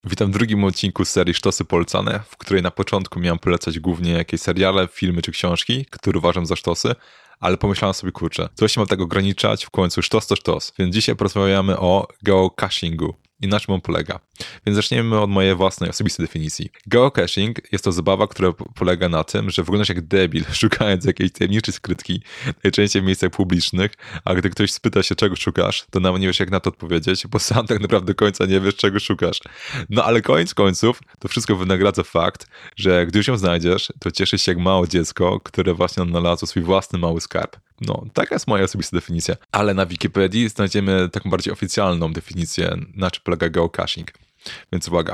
Witam w drugim odcinku serii Sztosy Polecane, w której na początku miałem polecać głównie jakieś seriale, filmy czy książki, które uważam za sztosy, ale pomyślałem sobie, kurczę, co się ma tak ograniczać, w końcu sztos to sztos. Więc dzisiaj porozmawiamy o geocachingu i na czym on polega. Więc zaczniemy od mojej własnej osobistej definicji. Geocaching jest to zabawa, która polega na tym, że wyglądasz jak debil, szukając jakiejś tajemniczej skrytki, najczęściej w miejscach publicznych, a gdy ktoś spyta się, czego szukasz, to nawet nie wiesz, jak na to odpowiedzieć, bo sam tak naprawdę do końca nie wiesz, czego szukasz. No ale koniec końców, to wszystko wynagradza fakt, że gdy już ją znajdziesz, to cieszysz się jak małe dziecko, które właśnie odnalazło swój własny mały skarb. No, taka jest moja osobista definicja. Ale na Wikipedii znajdziemy taką bardziej oficjalną definicję, na czym polega geocaching. Więc uwaga.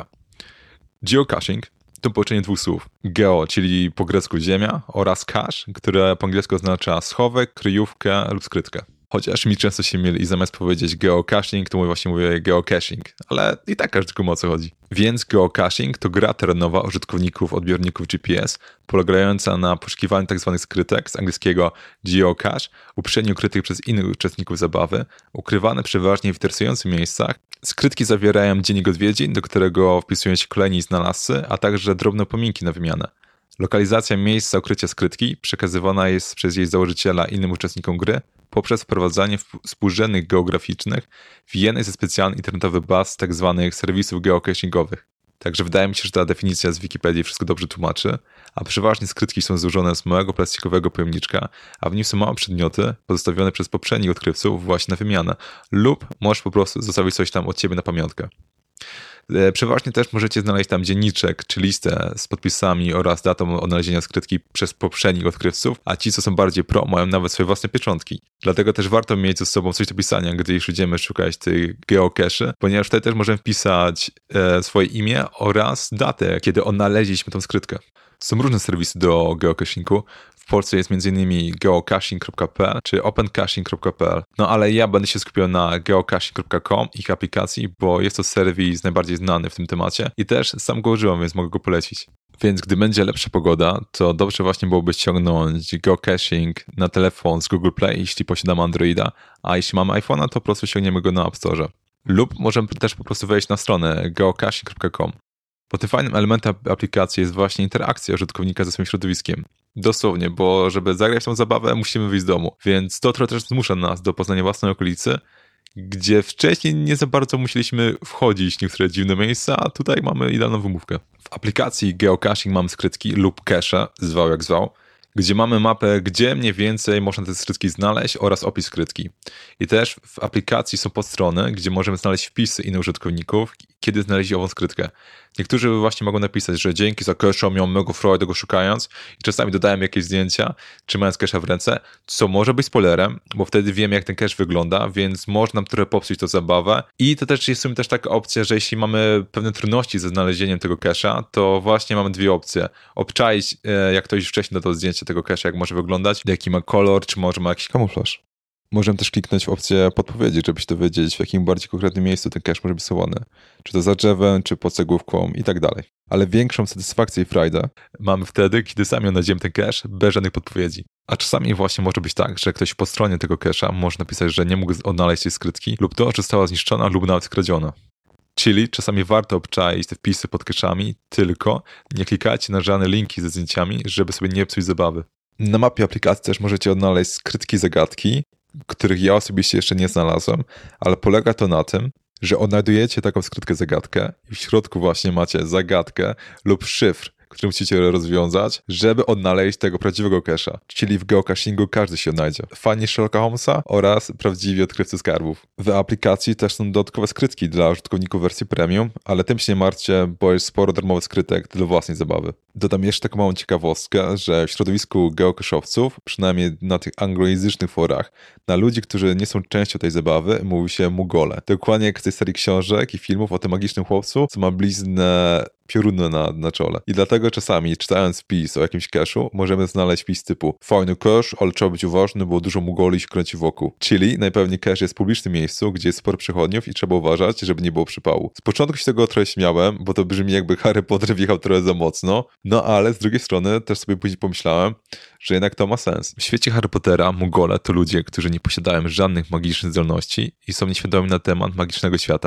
Geocaching to połączenie dwóch słów. Geo, czyli po grecku ziemia, oraz cache, które po angielsku oznacza schowek, kryjówkę lub skrytkę. Chociaż mi często się myli i zamiast powiedzieć geocaching, to właśnie mówię geocaching, ale i tak każdy kuma, o co chodzi. Więc geocaching to gra terenowa użytkowników odbiorników GPS, polegająca na poszukiwaniu tzw. skrytek, z angielskiego geocache, uprzednio ukrytych przez innych uczestników zabawy, ukrywane przeważnie w interesujących miejscach. Skrytki zawierają dziennik odwiedzin, do którego wpisują się kolejni znalazcy, a także drobne upominki na wymianę. Lokalizacja miejsca ukrycia skrytki przekazywana jest przez jej założyciela innym uczestnikom gry poprzez wprowadzanie współrzędnych geograficznych w jednej ze specjalnych internetowych baz tzw. serwisów geocachingowych. Także wydaje mi się, że ta definicja z Wikipedii wszystko dobrze tłumaczy, a przeważnie skrytki są złożone z małego plastikowego pojemniczka, a w nim są małe przedmioty pozostawione przez poprzednich odkrywców właśnie na wymianę lub możesz po prostu zostawić coś tam od ciebie na pamiątkę. Przeważnie też możecie znaleźć tam dzienniczek czy listę z podpisami oraz datą odnalezienia skrytki przez poprzednich odkrywców, a ci, co są bardziej pro, mają nawet swoje własne pieczątki. Dlatego też warto mieć ze sobą coś do pisania, gdy już idziemy szukać tych geocache, ponieważ wtedy też możemy wpisać swoje imię oraz datę, kiedy odnaleźliśmy tą skrytkę. Są różne serwisy do geocachingu. W Polsce jest m.in. geocaching.pl czy opencaching.pl. No ale ja będę się skupiał na geocaching.com, ich aplikacji, bo jest to serwis najbardziej znany w tym temacie i też sam go używam, więc mogę go polecić. Więc gdy będzie lepsza pogoda, to dobrze właśnie byłoby ściągnąć geocaching na telefon z Google Play, jeśli posiadamy Androida, a jeśli mamy iPhone'a, to po prostu ściągniemy go na App Store. Lub możemy też po prostu wejść na stronę geocaching.com. Bo tym fajnym elementem aplikacji jest właśnie interakcja użytkownika ze swoim środowiskiem. Dosłownie, bo żeby zagrać w tą zabawę, musimy wyjść z domu. Więc to trochę też zmusza nas do poznania własnej okolicy, gdzie wcześniej nie za bardzo musieliśmy wchodzić w niektóre dziwne miejsca, a tutaj mamy idealną wymówkę. W aplikacji geocaching mamy skrytki lub cache, zwał jak zwał, gdzie mamy mapę, gdzie mniej więcej można te skrytki znaleźć oraz opis skrytki. I też w aplikacji są podstrony, gdzie możemy znaleźć wpisy innych użytkowników, kiedy znaleźli ową skrytkę. Niektórzy właśnie mogą napisać, że dzięki za cache'a miałem mega frajdę go szukając i czasami dodają jakieś zdjęcia, trzymając cache'a w ręce, co może być spoilerem, bo wtedy wiemy, jak ten cache wygląda, więc można nam trochę popsuć tę zabawę. I to też jest też taka opcja, że jeśli mamy pewne trudności ze znalezieniem tego cache'a, to właśnie mamy dwie opcje. Obczaić, jak ktoś wcześniej dodał zdjęcie tego cache'a, jak może wyglądać, jaki ma kolor, czy może ma jakiś kamuflaż. Możemy też kliknąć w opcję podpowiedzi, żeby się dowiedzieć, w jakim bardziej konkretnym miejscu ten cache może być schowany. Czy to za drzewem, czy pod cegłówką i tak dalej. Ale większą satysfakcję i frajdę mamy wtedy, kiedy sami odnajdziemy ten cache bez żadnych podpowiedzi. A czasami właśnie może być tak, że ktoś po stronie tego cache'a może napisać, że nie mógł odnaleźć tej skrytki lub to, że została zniszczona lub nawet skradziona. Czyli czasami warto obczaić te wpisy pod cache'ami, tylko nie klikajcie na żadne linki ze zdjęciami, żeby sobie nie psuć zabawy. Na mapie aplikacji też możecie odnaleźć skrytki zagadki, których ja osobiście jeszcze nie znalazłem, ale polega to na tym, że odnajdujecie taką skrytkę zagadkę i w środku właśnie macie zagadkę lub szyfr, który musicie rozwiązać, żeby odnaleźć tego prawdziwego cache'a. Czyli w geocachingu każdy się odnajdzie. Fani Sherlocka Holmesa oraz prawdziwi odkrywcy skarbów. W aplikacji też są dodatkowe skrytki dla użytkowników wersji premium, ale tym się nie martwcie, bo jest sporo darmowych skrytek dla własnej zabawy. Dodam jeszcze taką małą ciekawostkę, że w środowisku geocachowców, przynajmniej na tych anglojęzycznych forach, na ludzi, którzy nie są częścią tej zabawy, mówi się mugole. Dokładnie jak z tej serii książek i filmów o tym magicznym chłopcu, co ma bliznę piorunę na czole. I dlatego czasami, czytając wpis o jakimś cache'u, możemy znaleźć wpis typu fajny cache, ale trzeba być uważny, bo dużo mugoli się kręci wokół. Czyli najpewniej cache jest w publicznym miejscu, gdzie jest sporo przechodniów i trzeba uważać, żeby nie było przypału. Z początku się tego trochę śmiałem, bo to brzmi jakby Harry Potter wjechał trochę za mocno, no ale z drugiej strony też sobie później pomyślałem, że jednak to ma sens. W świecie Harry Pottera mugole to ludzie, którzy nie posiadają żadnych magicznych zdolności i są nieświadomi na temat magicznego świata.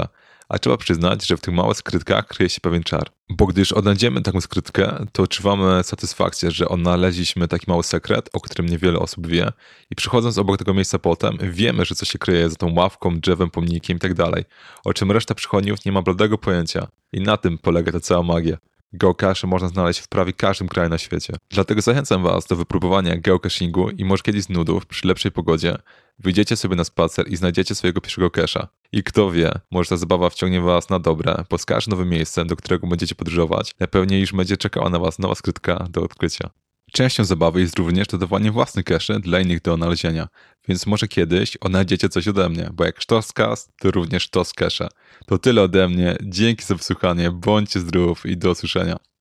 A trzeba przyznać, że w tych małych skrytkach kryje się pewien czar. Bo gdy już odnajdziemy taką skrytkę, to odczuwamy satysfakcję, że odnaleźliśmy taki mały sekret, o którym niewiele osób wie i przychodząc obok tego miejsca potem, wiemy, że coś się kryje za tą ławką, drzewem, pomnikiem i tak dalej, o czym reszta przychodniów nie ma bladego pojęcia. I na tym polega ta cała magia. Geocache można znaleźć w prawie każdym kraju na świecie. Dlatego zachęcam Was do wypróbowania geocachingu i może kiedyś z nudów, przy lepszej pogodzie, wyjdziecie sobie na spacer i znajdziecie swojego pierwszego cache'a. I kto wie, może ta zabawa wciągnie Was na dobre, bo z każdym nowym miejscem, do którego będziecie podróżować, najpewniej już będzie czekała na Was nowa skrytka do odkrycia. Częścią zabawy jest również dodawanie własnych cache'y dla innych do odnalezienia, więc może kiedyś odnajdziecie coś ode mnie, bo jak sztoscast, to również sztos cache'a. To tyle ode mnie, dzięki za wysłuchanie, bądźcie zdrów i do usłyszenia.